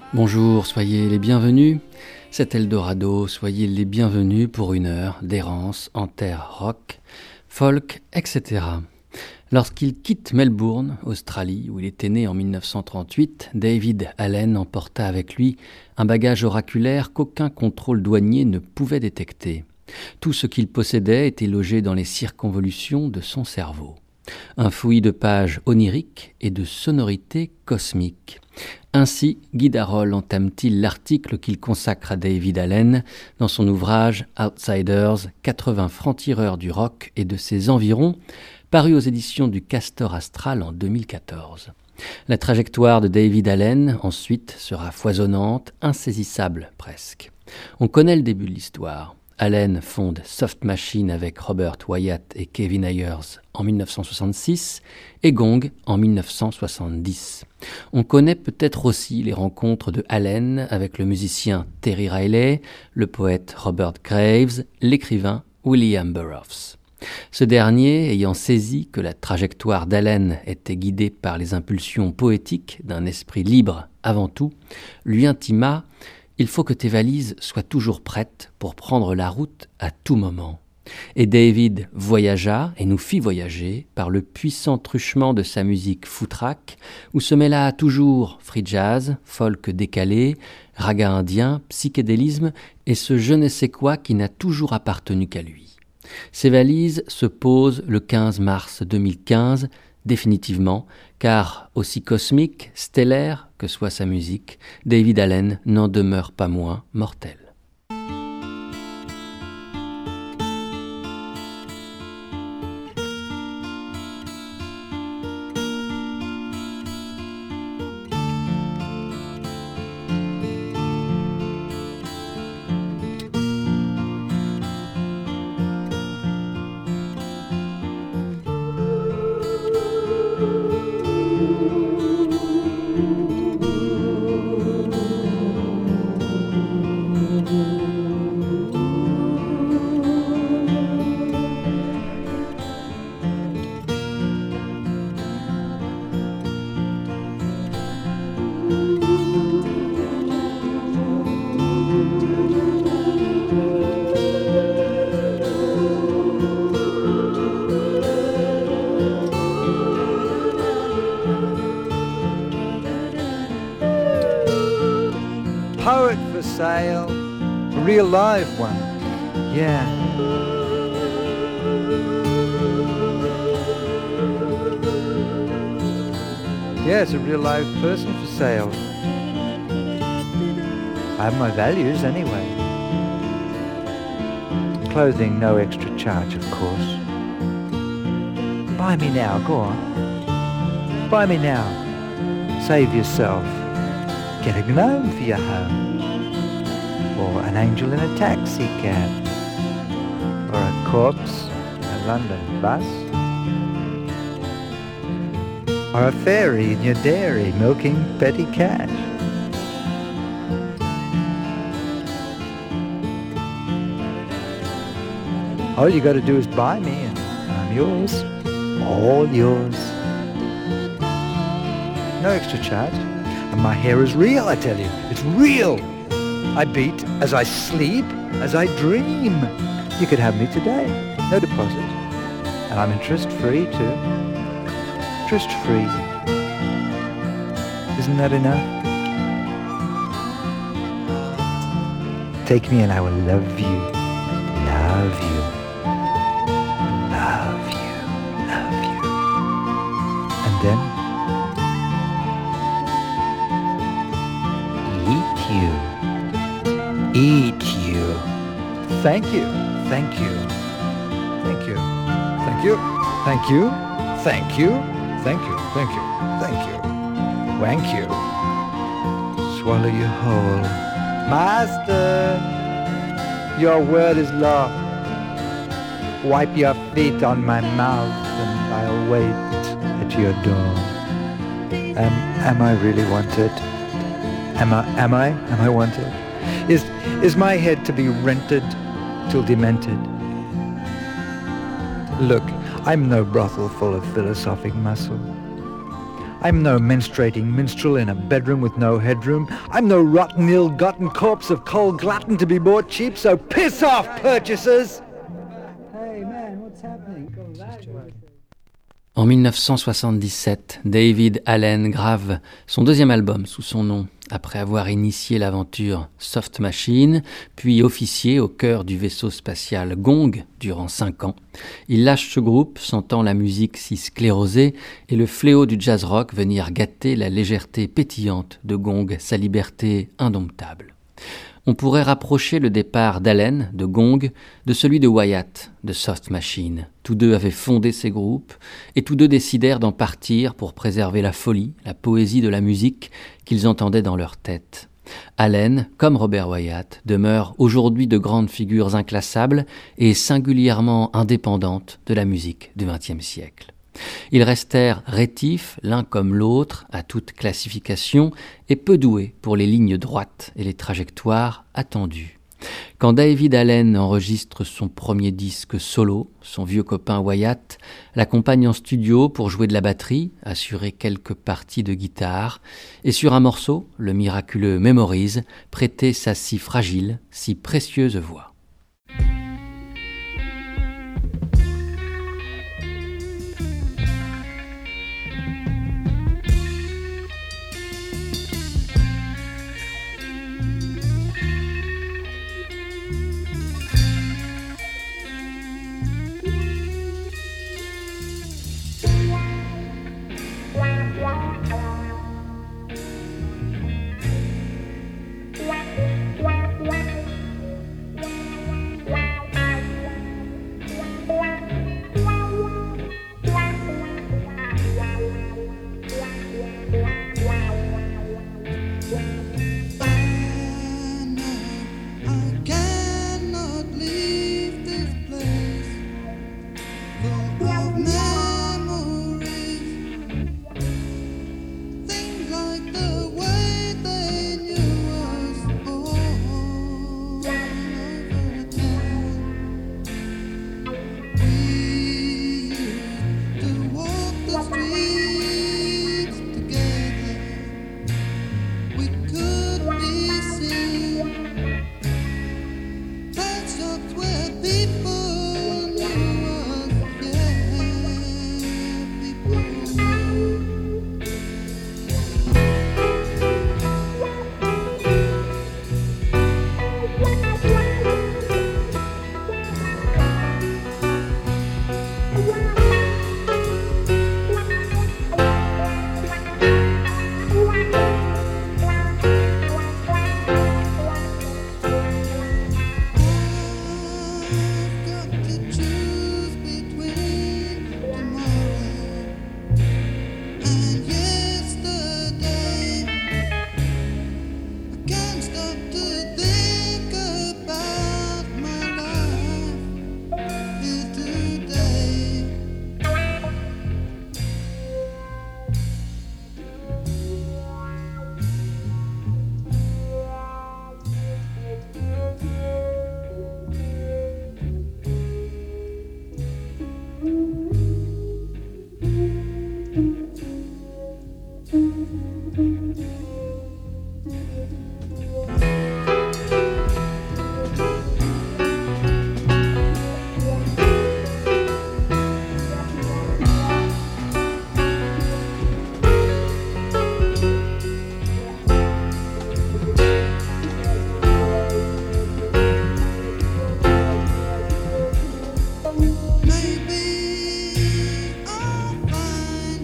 Bonjour, soyez les bienvenus. C'est Eldorado, soyez les bienvenus pour une heure d'errance en terre rock, folk, etc. Lorsqu'il quitte Melbourne, Australie, où il était né en 1938, David Allen emporta avec lui un bagage oraculaire qu'aucun contrôle douanier ne pouvait détecter. Tout ce qu'il possédait était logé dans les circonvolutions de son cerveau. Un fouillis de pages oniriques et de sonorités cosmiques. Ainsi, Guy Darol entame-t-il l'article qu'il consacre à David Allen dans son ouvrage Outsiders, 80 francs-tireurs du rock et de ses environs, paru aux éditions du Castor Astral en 2014. La trajectoire de David Allen, ensuite, sera foisonnante, insaisissable presque. On connaît le début de l'histoire. Allen fonde Soft Machine avec Robert Wyatt et Kevin Ayers en 1966 et Gong en 1970. On connaît peut-être aussi les rencontres de Allen avec le musicien Terry Riley, le poète Robert Graves, l'écrivain William Burroughs. Ce dernier, ayant saisi que la trajectoire d'Allen était guidée par les impulsions poétiques d'un esprit libre avant tout, lui intima « Il faut que tes valises soient toujours prêtes pour prendre la route à tout moment. » Et David voyagea et nous fit voyager par le puissant truchement de sa musique footrack, où se mêla toujours free jazz, folk décalé, raga indien, psychédélisme et ce je ne sais quoi qui n'a toujours appartenu qu'à lui. Ses valises se posent le 15 mars 2015, définitivement, car aussi cosmique, stellaire que soit sa musique, David Allen n'en demeure pas moins mortel. Poet for sale, a real live one, yeah. Yeah, it's a real live person for sale. I have my values anyway. Clothing, no extra charge, of course. Buy me now, go on. Buy me now. Save yourself. Get a gnome for your home, or an angel in a taxi cab, or a corpse in a London bus, or a fairy in your dairy milking petty cash. All you gotta do is buy me and I'm yours, all yours. No extra charge. And my hair is real, I tell you. It's real. I beat as I sleep, as I dream. You could have me today. No deposit. And I'm interest-free too. Interest-free. Isn't that enough? Take me and I will love you. Love you. Love you. Love you. And then eat you. Thank you. Thank you. Thank you. Thank you. Thank you. Thank you. Thank you. Thank you. Thank you. Wank you. Swallow you whole. Master, your word is law. Wipe your feet on my mouth and I'll wait at your door. Am I really wanted? Am I wanted? Is my head to be rented till demented? Look, I'm no brothel full of philosophic muscle. I'm no menstruating minstrel in a bedroom with no headroom. I'm no rotten, ill-gotten corpse of coal glutton to be bought cheap, so piss off, purchasers! Hey man, what's happening? En 1977, David Allen grave son deuxième album sous son nom, après avoir initié l'aventure Soft Machine, puis officié au cœur du vaisseau spatial Gong durant 5 ans. Il lâche ce groupe, sentant la musique si sclérosée et le fléau du jazz rock venir gâter la légèreté pétillante de Gong, sa liberté indomptable. On pourrait rapprocher le départ d'Allen, de Gong, de celui de Wyatt, de Soft Machine. Tous deux avaient fondé ces groupes, et tous deux décidèrent d'en partir pour préserver la folie, la poésie de la musique qu'ils entendaient dans leur tête. Allen, comme Robert Wyatt, demeurent aujourd'hui de grandes figures inclassables et singulièrement indépendantes de la musique du XXe siècle. Ils restèrent rétifs, l'un comme l'autre, à toute classification, et peu doués pour les lignes droites et les trajectoires attendues. Quand David Allen enregistre son premier disque solo, son vieux copain Wyatt l'accompagne en studio pour jouer de la batterie, assurer quelques parties de guitare, et sur un morceau, le miraculeux Memories, prêter sa si fragile, si précieuse voix.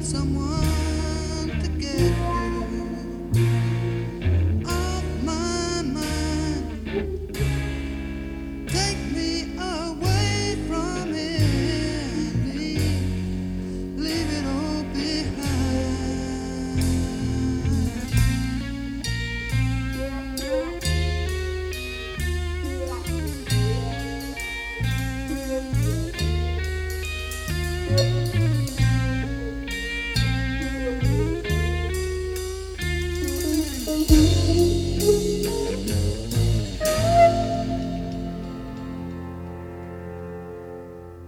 Someone to get you off my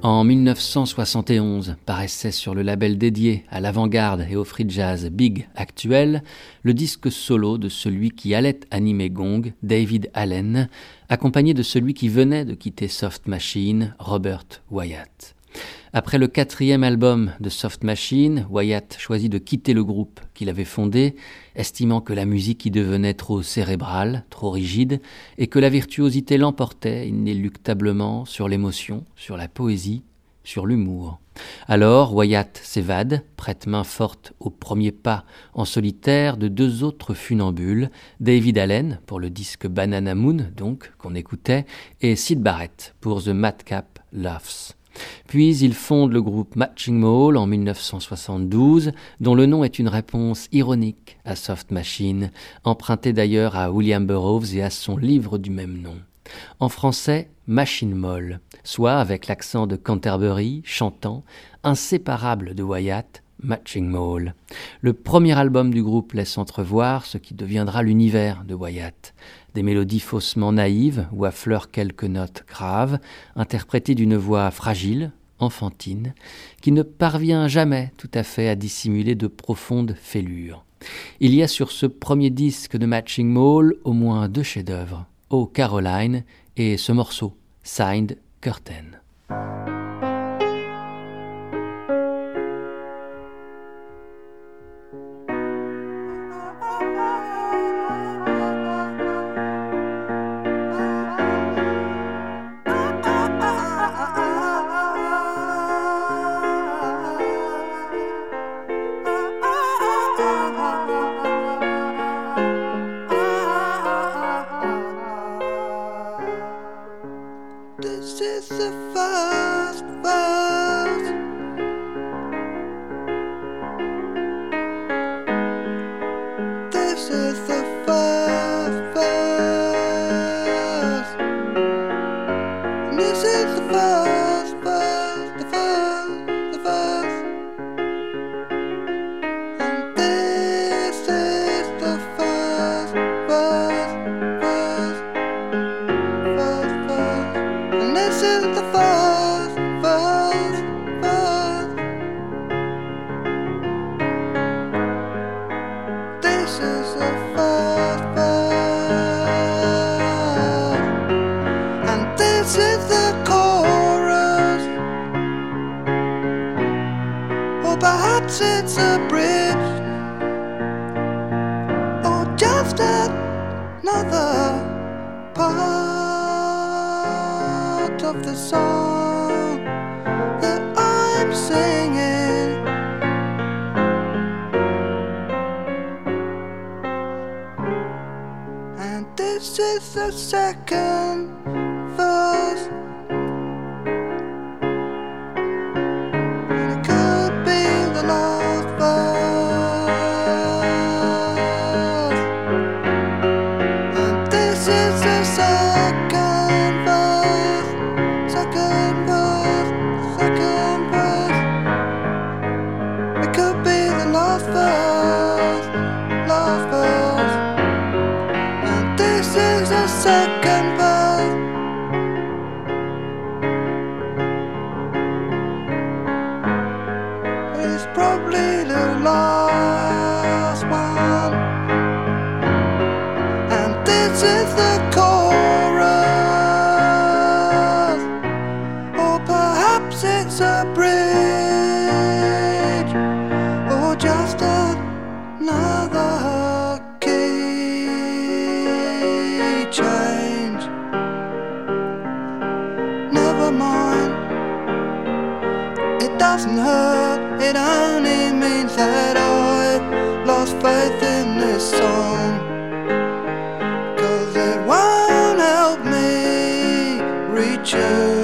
En 1971, paraissait sur le label dédié à l'avant-garde et au free jazz Big Actuel, le disque solo de celui qui allait animer Gong, David Allen, accompagné de celui qui venait de quitter Soft Machine, Robert Wyatt. Après le 4e album de Soft Machine, Wyatt choisit de quitter le groupe qu'il avait fondé, estimant que la musique y devenait trop cérébrale, trop rigide, et que la virtuosité l'emportait inéluctablement sur l'émotion, sur la poésie, sur l'humour. Alors Wyatt s'évade, prête main forte au premier pas en solitaire de 2 autres funambules, David Allen pour le disque Banana Moon, donc, qu'on écoutait, et Syd Barrett pour The Madcap Laughs. Puis il fonde le groupe Matching Mole en 1972, dont le nom est une réponse ironique à Soft Machine, emprunté d'ailleurs à William Burroughs et à son livre du même nom. En français, Machine Mole, soit avec l'accent de Canterbury, chantant, inséparable de Wyatt, Matching Mole. Le premier album du groupe laisse entrevoir ce qui deviendra l'univers de Wyatt. Des mélodies faussement naïves ou affleurent quelques notes graves, interprétées d'une voix fragile, enfantine, qui ne parvient jamais tout à fait à dissimuler de profondes fêlures. Il y a sur ce premier disque de Matching Mole au moins 2 chefs-d'œuvre, Oh Caroline et ce morceau, Signed Curtain. This is the first verse. This is the first verse. And this is the first verse, the first. And this is the first verse. This is the first verse. This is the first verse. And this is the chorus. Or perhaps it's a bridge. Or just another part of the song that I'm singing. And this is the second verse. And it could be the last verse. And this is the second verse. Second verse. It could be the last verse. And this is the second verse. It's probably the last one. And this is the chorus. Or perhaps it's a bridge. Or just another key change. Never mind. It doesn't hurt. It only means that I lost faith in this song. 'Cause it won't help me reach you.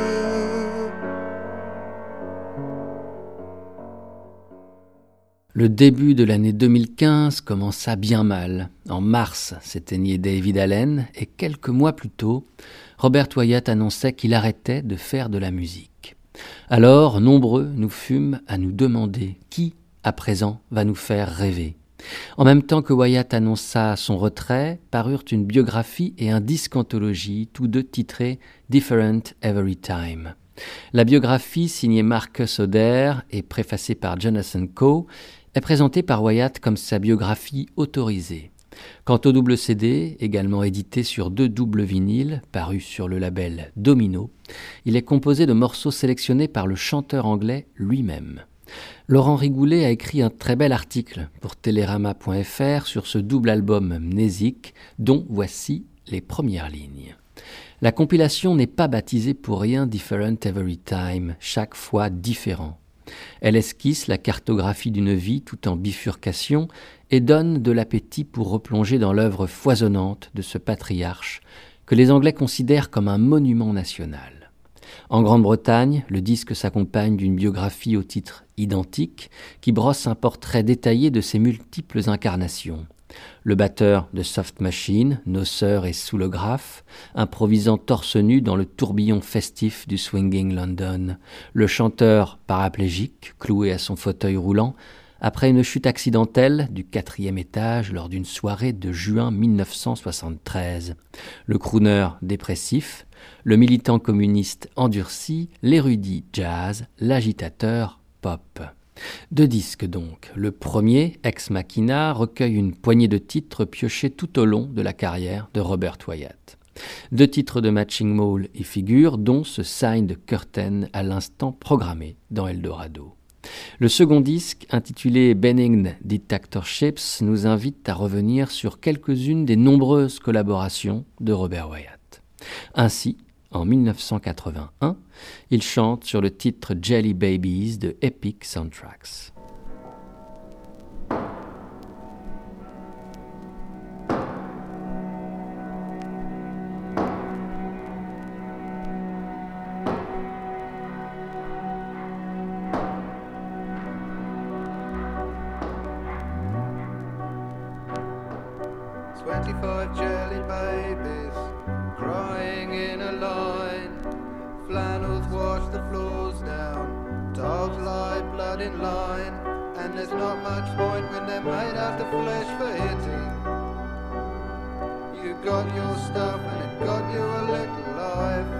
Le début de l'année 2015 commença bien mal. En mars s'éteignait David Allen et quelques mois plus tôt, Robert Wyatt annonçait qu'il arrêtait de faire de la musique. Alors, nombreux nous fûmes à nous demander qui, à présent, va nous faire rêver. En même temps que Wyatt annonça son retrait, parurent une biographie et un disque anthologie, tous deux titrés Different Every Time. La biographie signée Marcus Oder et préfacée par Jonathan Coe est présentée par Wyatt comme sa biographie autorisée. Quant au double CD, également édité sur 2 doubles vinyles, parus sur le label Domino, il est composé de morceaux sélectionnés par le chanteur anglais lui-même. Laurent Rigoulet a écrit un très bel article pour Télérama.fr sur ce double album mnésique, dont voici les premières lignes. La compilation n'est pas baptisée pour rien Different Every Time, chaque fois différent. Elle esquisse la cartographie d'une vie tout en bifurcation et donne de l'appétit pour replonger dans l'œuvre foisonnante de ce patriarche que les Anglais considèrent comme un monument national. En Grande-Bretagne, le disque s'accompagne d'une biographie au titre identique qui brosse un portrait détaillé de ses multiples incarnations. Le batteur de Soft Machine, noceur et soulographe, improvisant torse nu dans le tourbillon festif du swinging London. Le chanteur paraplégique, cloué à son fauteuil roulant, après une chute accidentelle du 4e étage lors d'une soirée de juin 1973. Le crooner dépressif, le militant communiste endurci, l'érudit jazz, l'agitateur pop. 2 disques donc. Le premier, Ex Machina, recueille une poignée de titres piochés tout au long de la carrière de Robert Wyatt. 2 titres de Matching Mole y figurent, dont ce Signed Curtain à l'instant programmé dans Eldorado. Le second disque, intitulé Benign Dictatorships, nous invite à revenir sur quelques-unes des nombreuses collaborations de Robert Wyatt. Ainsi, en 1981, il chante sur le titre Jelly Babies de Epic Soundtracks. Jelly babies crying in a line. Flannels wash the floors down. Dogs lie blood in line. And there's not much point when they're made out of flesh for hitting. You got your stuff and it got you a little life.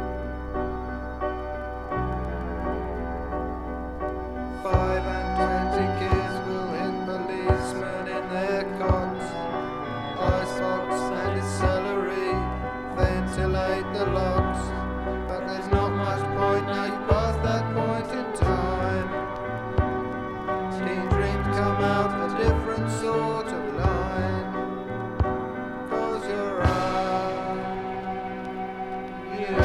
5 and 20 kids will hit policemen in their cots. Icebox and its celery, ventilate the locks. But there's not much point now you pass that point in time. Teen dreams come out a different sort of line. 'Cause you're out, you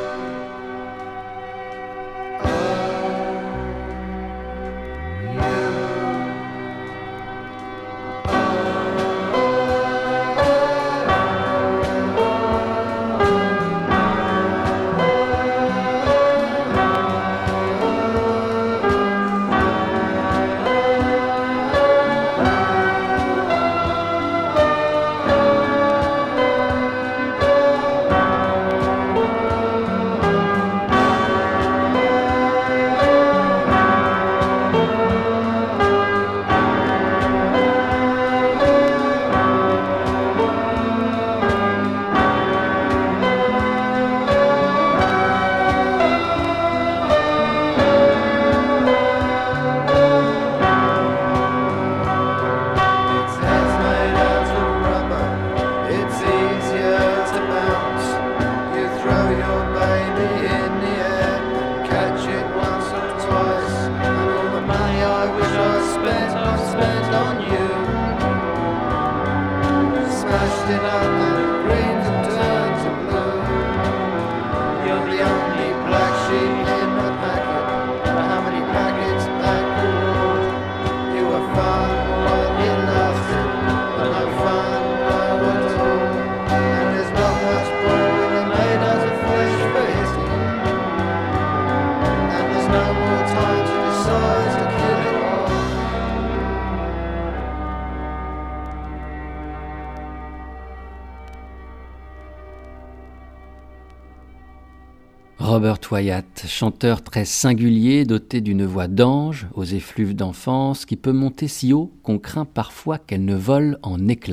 Robert Wyatt, chanteur très singulier, doté d'une voix d'ange, aux effluves d'enfance, qui peut monter si haut qu'on craint parfois qu'elle ne vole en éclats.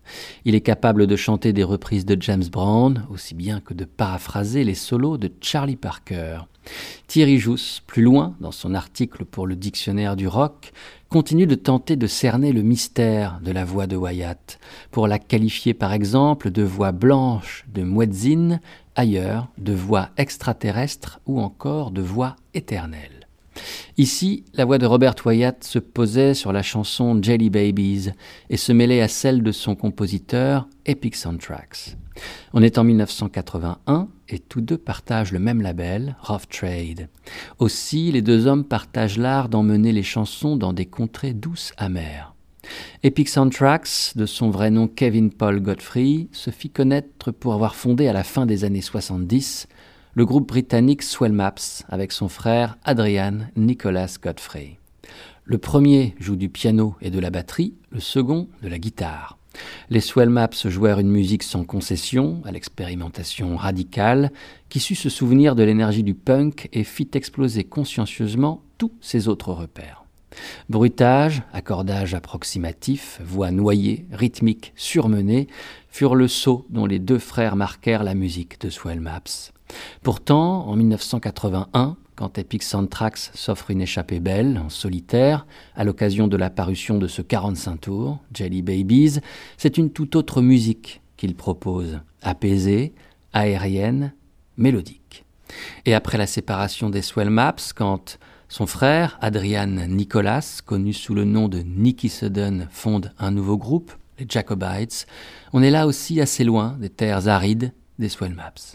Il est capable de chanter des reprises de James Brown, aussi bien que de paraphraser les solos de Charlie Parker. Thierry Jousse, plus loin, dans son article pour le Dictionnaire du rock, continue de tenter de cerner le mystère de la voix de Wyatt, pour la qualifier par exemple de voix blanche de muezzin, ailleurs de voix extraterrestre ou encore de voix éternelle. Ici, la voix de Robert Wyatt se posait sur la chanson Jelly Babies et se mêlait à celle de son compositeur Epic Soundtracks. On est en 1981 et tous deux partagent le même label, Rough Trade. Aussi, les deux hommes partagent l'art d'emmener les chansons dans des contrées douces amères. Epic Soundtracks, de son vrai nom Kevin Paul Godfrey, se fit connaître pour avoir fondé à la fin des années 70 le groupe britannique Swell Maps avec son frère Adrian Nicholas Godfrey. Le premier joue du piano et de la batterie, le second de la guitare. Les Swell Maps jouèrent une musique sans concession, à l'expérimentation radicale, qui sut se souvenir de l'énergie du punk et fit exploser consciencieusement tous ses autres repères. Bruitage, accordage approximatif, voix noyée, rythmique, surmenée, furent le sceau dont les deux frères marquèrent la musique de Swell Maps. Pourtant, en 1981, quand Epic Soundtracks s'offre une échappée belle, en solitaire, à l'occasion de la parution de ce 45 tours, Jelly Babies, c'est une toute autre musique qu'il propose, apaisée, aérienne, mélodique. Et après la séparation des Swell Maps, quand son frère, Adrian Nicholas, connu sous le nom de Nicky Sudden, fonde un nouveau groupe, les Jacobites, on est là aussi assez loin des terres arides des Swell Maps.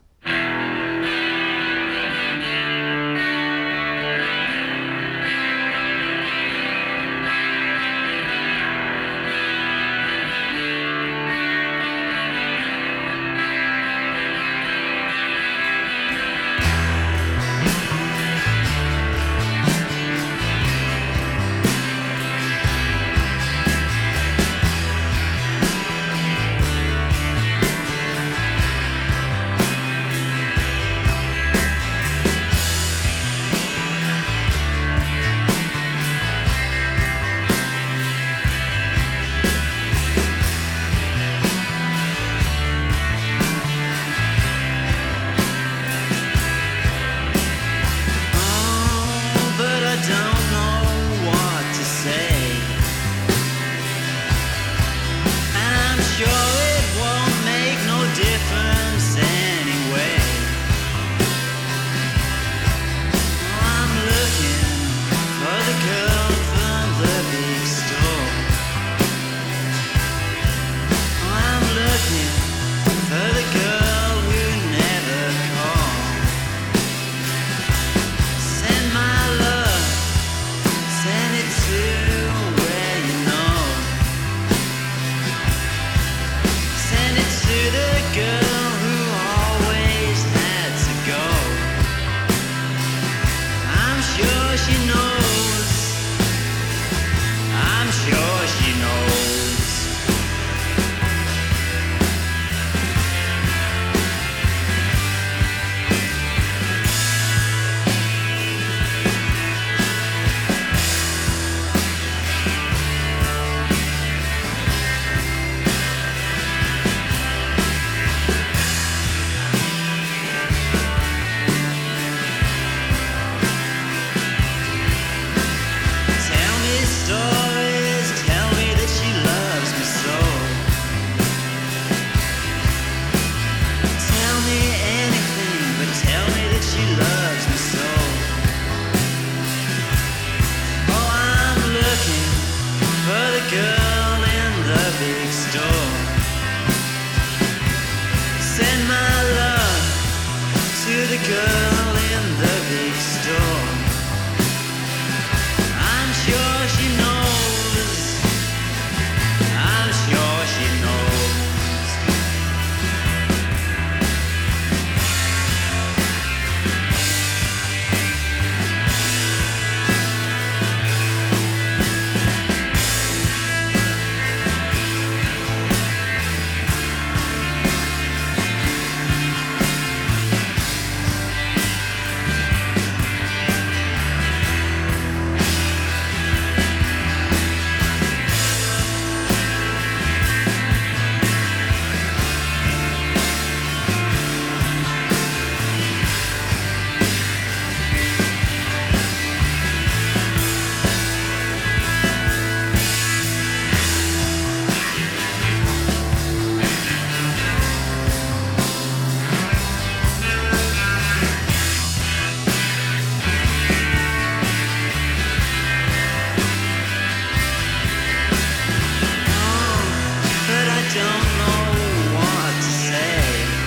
don't know what to say.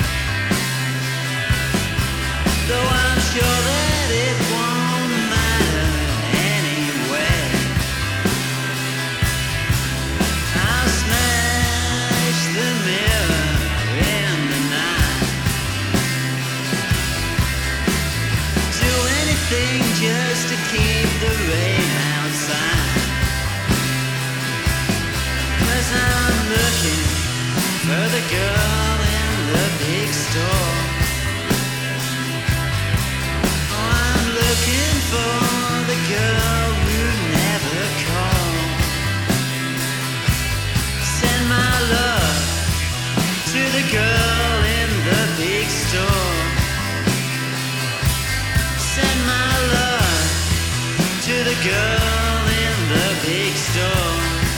Though I'm sure that it won't matter anyway. I'll smash the mirror in the night. Do anything just to keep the rain outside. 'Cause I'm looking for the girl in the big store. Oh, I'm looking for the girl who never called. Send my love to the girl in the big store. Send my love to the girl in the big store.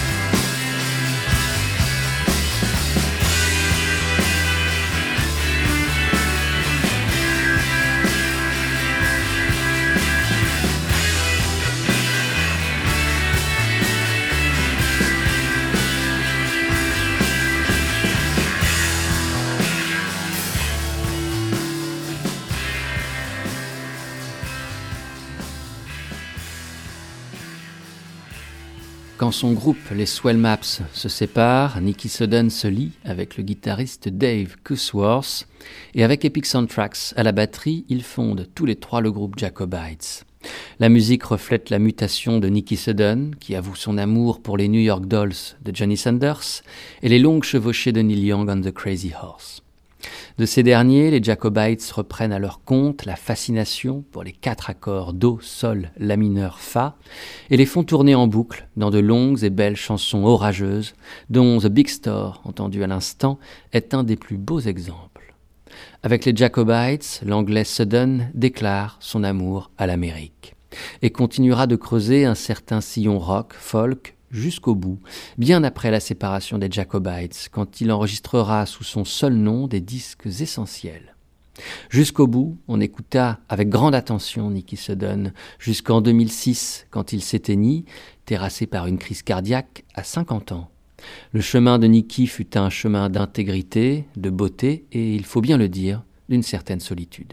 Quand son groupe, les Swell Maps, se sépare, Nikki Sudden se lie avec le guitariste Dave Cusworth et avec Epic Soundtracks à la batterie, ils fondent tous les trois le groupe Jacobites. La musique reflète la mutation de Nikki Sudden, qui avoue son amour pour les New York Dolls de Johnny Sanders et les longues chevauchées de Neil Young on the Crazy Horse. De ces derniers, les Jacobites reprennent à leur compte la fascination pour les 4 accords Do, Sol, La mineur, Fa et les font tourner en boucle dans de longues et belles chansons orageuses dont The Big Store, entendu à l'instant, est un des plus beaux exemples. Avec les Jacobites, l'anglais Sudden déclare son amour à l'Amérique et continuera de creuser un certain sillon rock, folk, jusqu'au bout, bien après la séparation des Jacobites, quand il enregistrera sous son seul nom des disques essentiels. Jusqu'au bout, on écouta avec grande attention Nikki Sudden, jusqu'en 2006, quand il s'éteignit, terrassé par une crise cardiaque à 50 ans. Le chemin de Nikki fut un chemin d'intégrité, de beauté et, il faut bien le dire, d'une certaine solitude.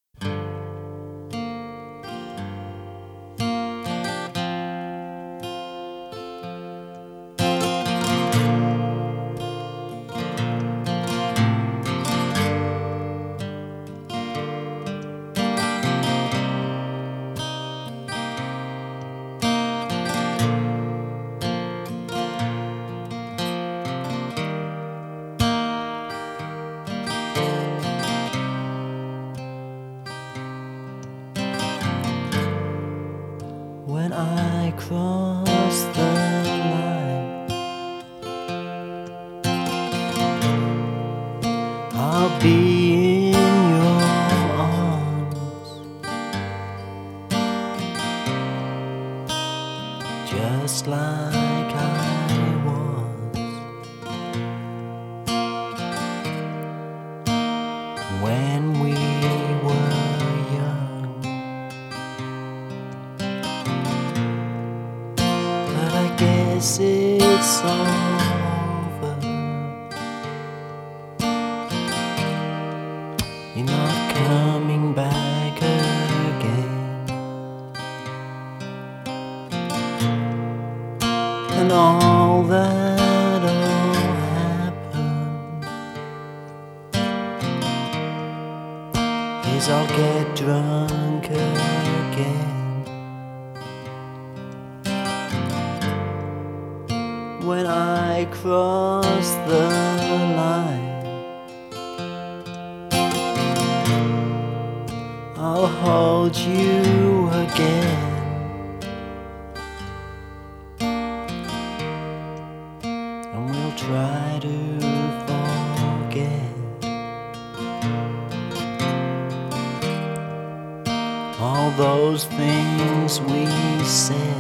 Cross the line, I'll be in your arms, just like I was when we were young. Guess it's over. You're not coming back again, and all that'll happen is I'll get drunk again. When I cross the line, I'll hold you again, and we'll try to forget all those things we said.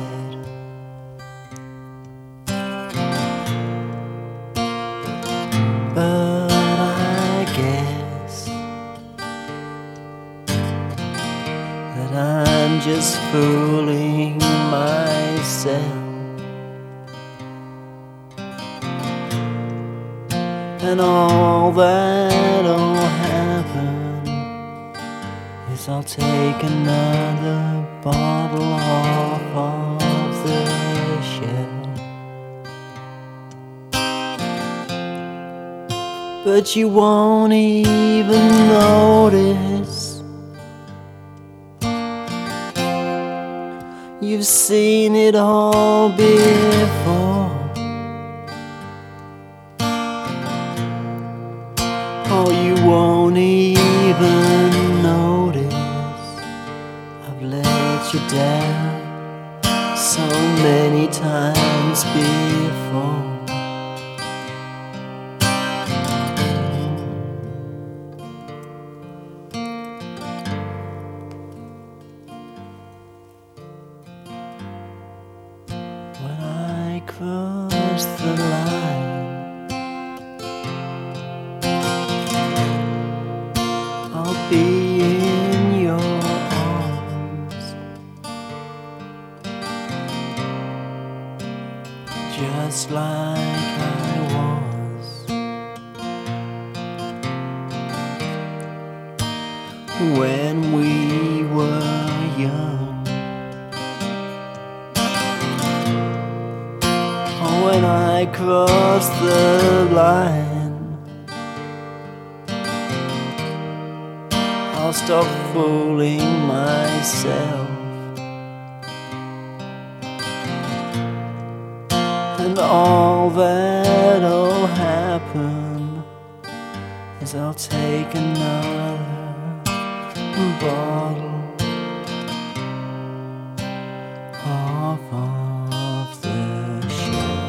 Just fooling myself, And all that'll happen is I'll take another bottle off of the shelf. But you won't even notice. You've seen it all before. Oh, you won't even notice I've let you down so many times before. When I cross the line, I'll be in your arms, just like I was when we were young. Oh, when I cross the line, I'll stop fooling myself, and all that'll happen is I'll take another bottle off of the shelf.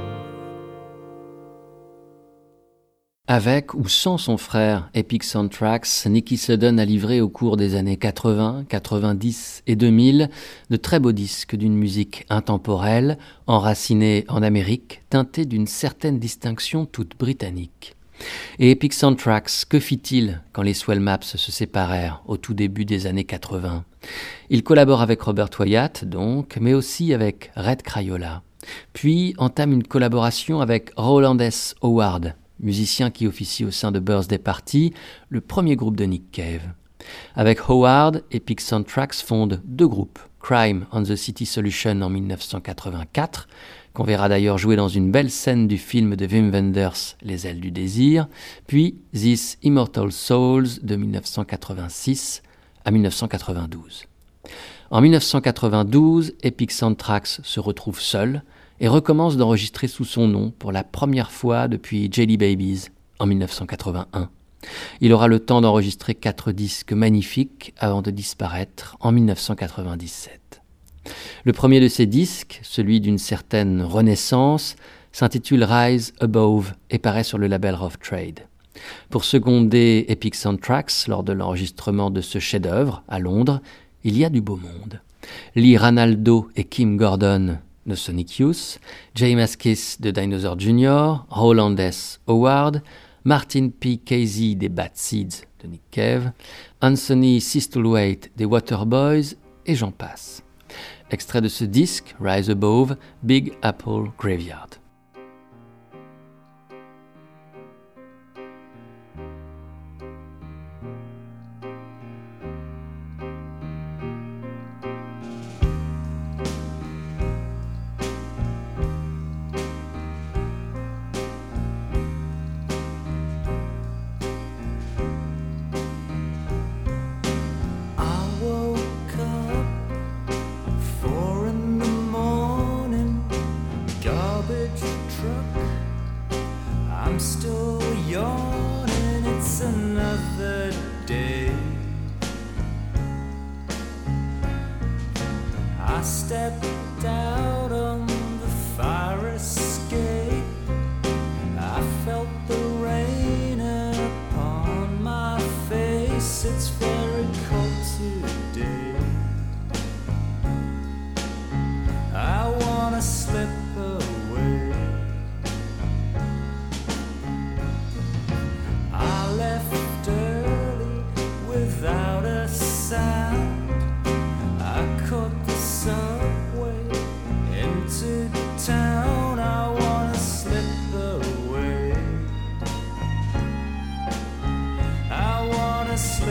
Avec ou sans son frère, Epic Soundtracks, Nicky Sudden a livré au cours des années 80, 90 et 2000 de très beaux disques d'une musique intemporelle, enracinée en Amérique, teintée d'une certaine distinction toute britannique. Et Epic Soundtracks, que fit-il quand les Swell Maps se séparèrent au tout début des années 80 ? Il collabore avec Robert Wyatt, donc, mais aussi avec Red Crayola. Puis entame une collaboration avec Roland S. Howard, musicien qui officie au sein de Birthday Party, le premier groupe de Nick Cave. Avec Howard, Epic Soundtracks fonde deux groupes, Crime on the City Solution en 1984, qu'on verra d'ailleurs jouer dans une belle scène du film de Wim Wenders, Les ailes du désir, puis These Immortal Souls de 1986 à 1992. En 1992, Epic Soundtracks se retrouve seul et recommence d'enregistrer sous son nom pour la première fois depuis Jelly Babies en 1981. Il aura le temps d'enregistrer 4 disques magnifiques avant de disparaître en 1997. Le premier de ces disques, celui d'une certaine renaissance, s'intitule Rise Above et paraît sur le label Rough Trade. Pour seconder Epic Soundtracks lors de l'enregistrement de ce chef-d'œuvre à Londres, il y a du beau monde. Lee Ranaldo et Kim Gordon de Sonic Youth, Jay Mascis de Dinosaur Jr., Roland S. Howard, Martin P. Casey des Bad Seeds de Nick Cave, Anthony Sistlewaite des Waterboys et j'en passe. Extrait de ce disque, Rise Above, Big Apple Graveyard.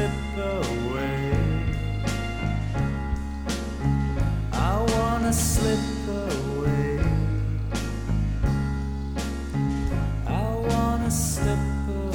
slip away. I wanna slip away. I wanna slip away.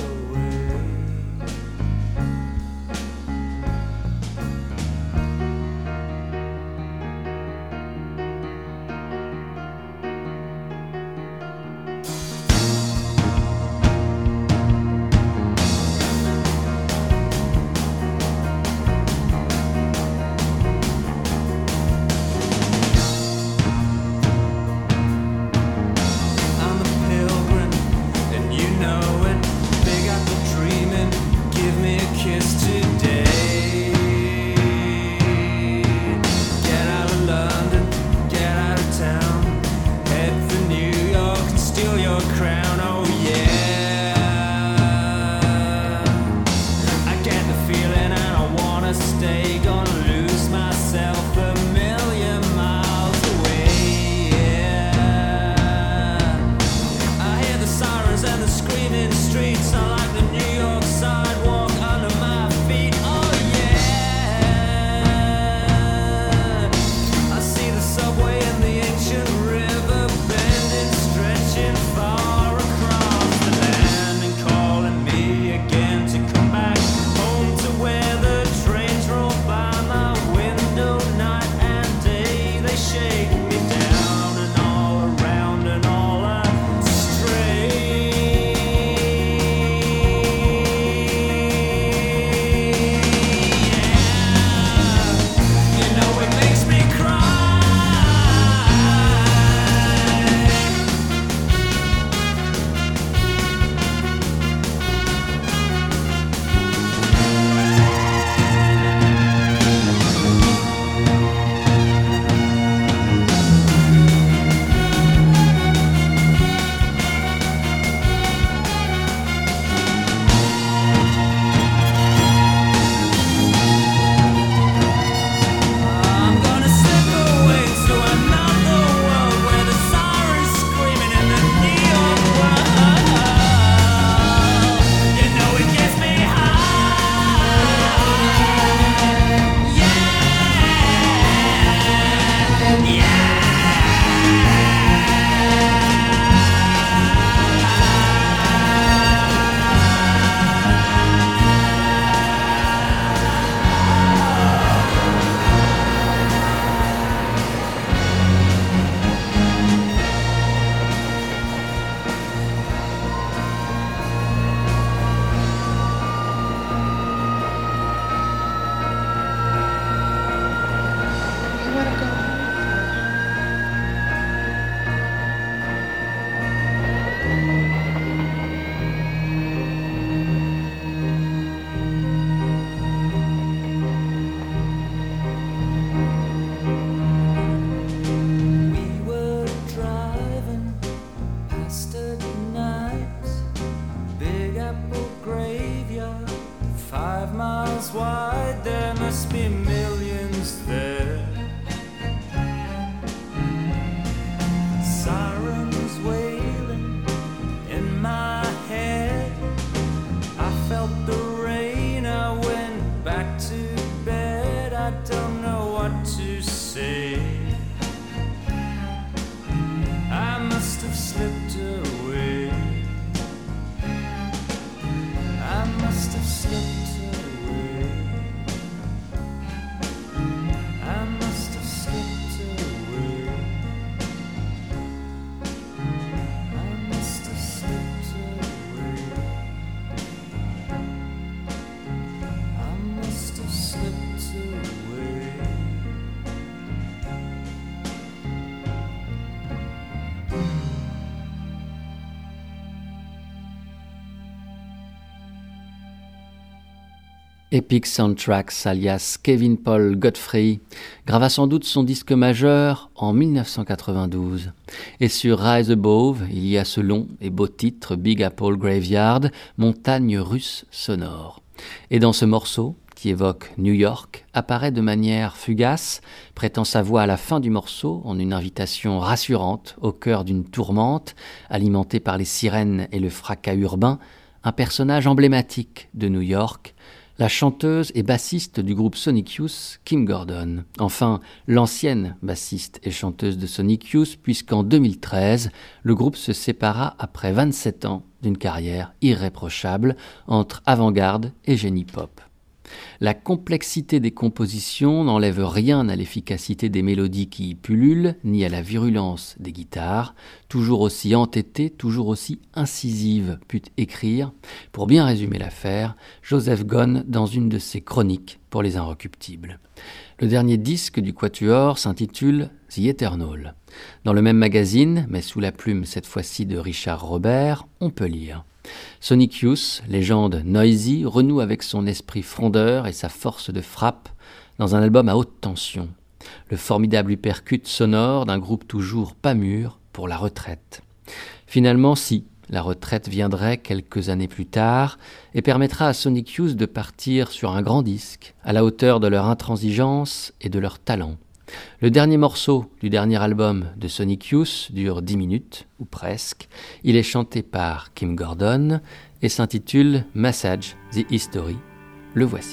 Epic Soundtracks alias Kevin Paul Godfrey grava sans doute son disque majeur en 1992. Et sur Rise Above, il y a ce long et beau titre Big Apple Graveyard, montagne russe sonore. Et dans ce morceau, qui évoque New York, apparaît de manière fugace, prêtant sa voix à la fin du morceau en une invitation rassurante au cœur d'une tourmente, alimentée par les sirènes et le fracas urbain, un personnage emblématique de New York, la chanteuse et bassiste du groupe Sonic Youth, Kim Gordon. Enfin, l'ancienne bassiste et chanteuse de Sonic Youth, puisqu'en 2013, le groupe se sépara après 27 ans d'une carrière irréprochable entre avant-garde et génie pop. La complexité des compositions n'enlève rien à l'efficacité des mélodies qui y pullulent, ni à la virulence des guitares, toujours aussi entêtées, toujours aussi incisives, put écrire, pour bien résumer l'affaire, Joseph Ghosn dans une de ses chroniques pour les Inrecuptibles. Le dernier disque du Quatuor s'intitule The Eternal. Dans le même magazine, mais sous la plume cette fois-ci de Richard Robert, on peut lire Sonic Youth, légende noisy, renoue avec son esprit frondeur et sa force de frappe dans un album à haute tension. Le formidable uppercut sonore d'un groupe toujours pas mûr pour la retraite. Finalement, si, la retraite viendrait quelques années plus tard et permettra à Sonic Youth de partir sur un grand disque, à la hauteur de leur intransigeance et de leur talent. Le dernier morceau du dernier album de Sonic Youth dure 10 minutes, ou presque. Il est chanté par Kim Gordon et s'intitule Massage the History. Le voici.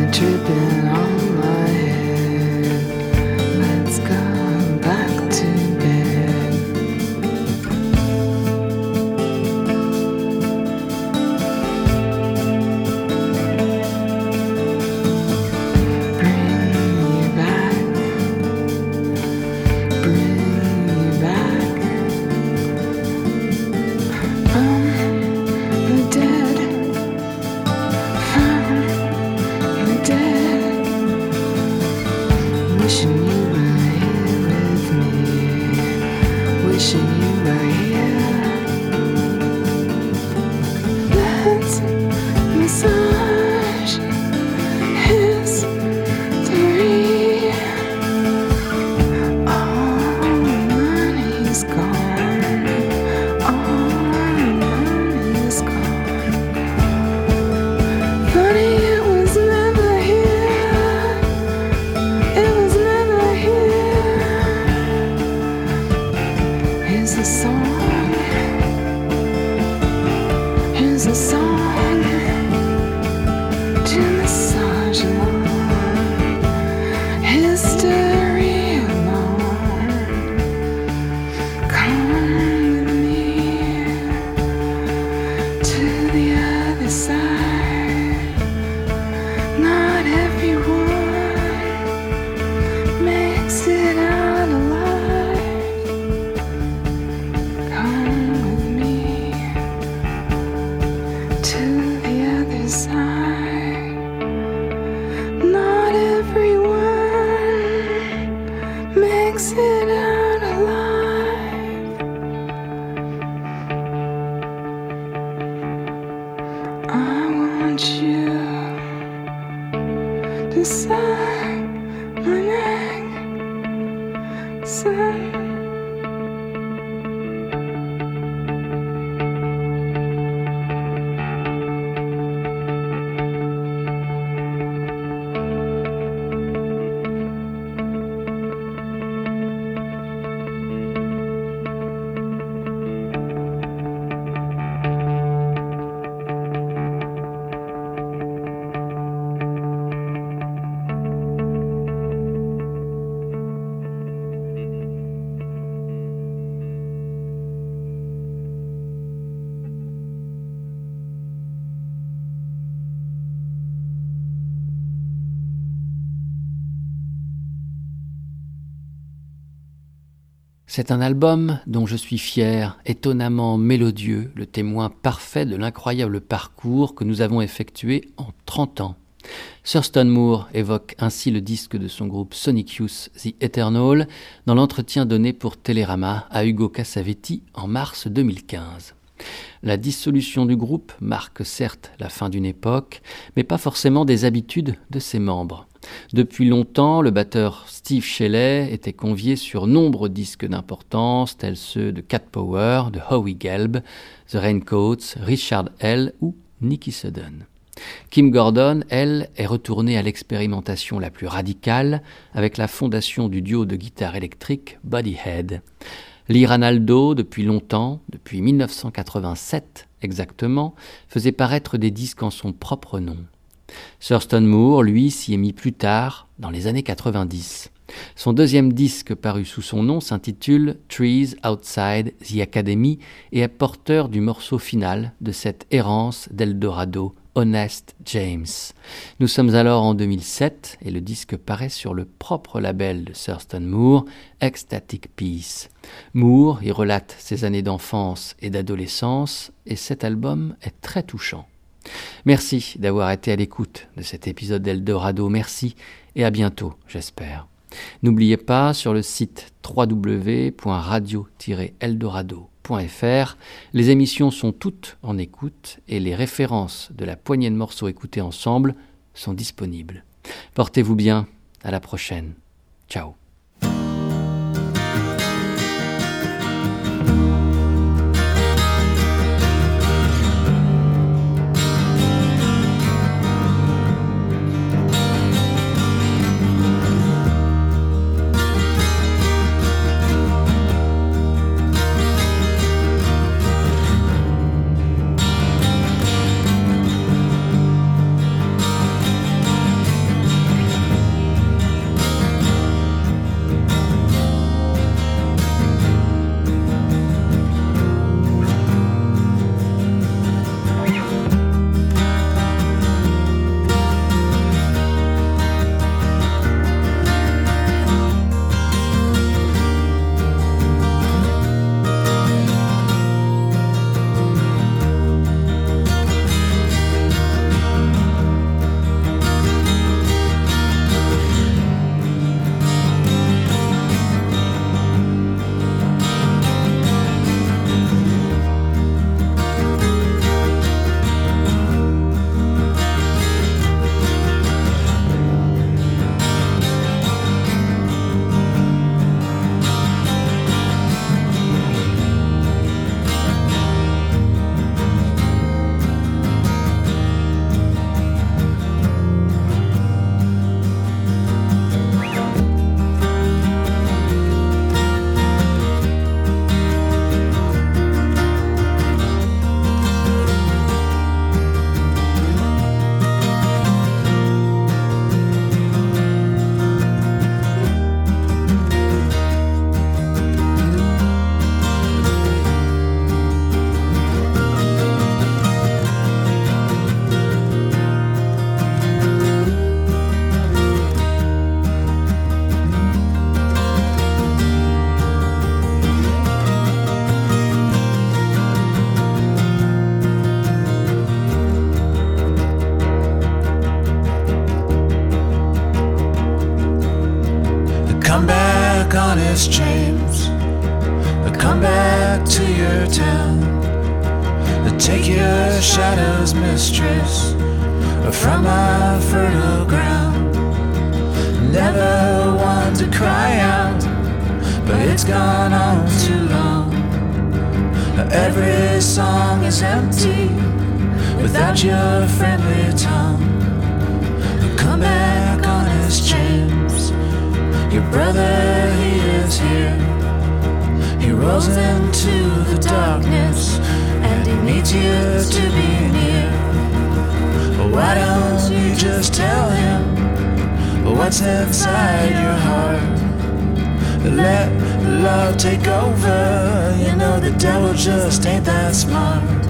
dripping on my head. Let's go back to bed. Bring me back. Bring me back. From the dead. From the dead. Wishing you were here with me. Wishing you were here. Let's massage history. All money's gone. All money's gone. Funny, it was never here. It was never here. Here's a song. Here's a song to massage along. History alone. Come with me to the other side. Not everyone makes it out alive. Come with me to the other side. Not everyone makes it out alive. I want you to suck my neck, son. C'est un album dont je suis fier, étonnamment mélodieux, le témoin parfait de l'incroyable parcours que nous avons effectué en 30 ans. Thurston Moore évoque ainsi le disque de son groupe Sonic Youth The Eternal dans l'entretien donné pour Télérama à Ugo Cassavetti en mars 2015. La dissolution du groupe marque certes la fin d'une époque, mais pas forcément des habitudes de ses membres. Depuis longtemps, le batteur Steve Shelley était convié sur nombreux disques d'importance, tels ceux de Cat Power, de Howie Gelb, The Raincoats, Richard Hell ou Nicky Sudden. Kim Gordon, elle, est retournée à l'expérimentation la plus radicale avec la fondation du duo de guitare électrique Bodyhead. Lee Ranaldo, depuis longtemps, depuis 1987 exactement, faisait paraître des disques en son propre nom. Thurston Moore, lui, s'y est mis plus tard, dans les années 90. Son deuxième disque paru sous son nom s'intitule Trees Outside the Academy et est porteur du morceau final de cette errance d'Eldorado, Honest James. Nous sommes alors en 2007 et le disque paraît sur le propre label de Thurston Moore, Ecstatic Peace. Moore y relate ses années d'enfance et d'adolescence et cet album est très touchant. Merci d'avoir été à l'écoute de cet épisode d'Eldorado, merci et à bientôt, j'espère. N'oubliez pas, sur le site www.radio-eldorado.fr, les émissions sont toutes en écoute et les références de la poignée de morceaux écoutés ensemble sont disponibles. Portez-vous bien, à la prochaine. Ciao. back, honest James. Come back to your town. Take your shadow's mistress from my fertile ground. Never one to cry out, but it's gone on too long. Every song is empty without your friendly tongue. Come back, honest James. Your brother, he is here. He rolls into the darkness and he needs you to be near. Why don't you just tell him what's inside your heart? Let love take over. You know the devil just ain't that smart.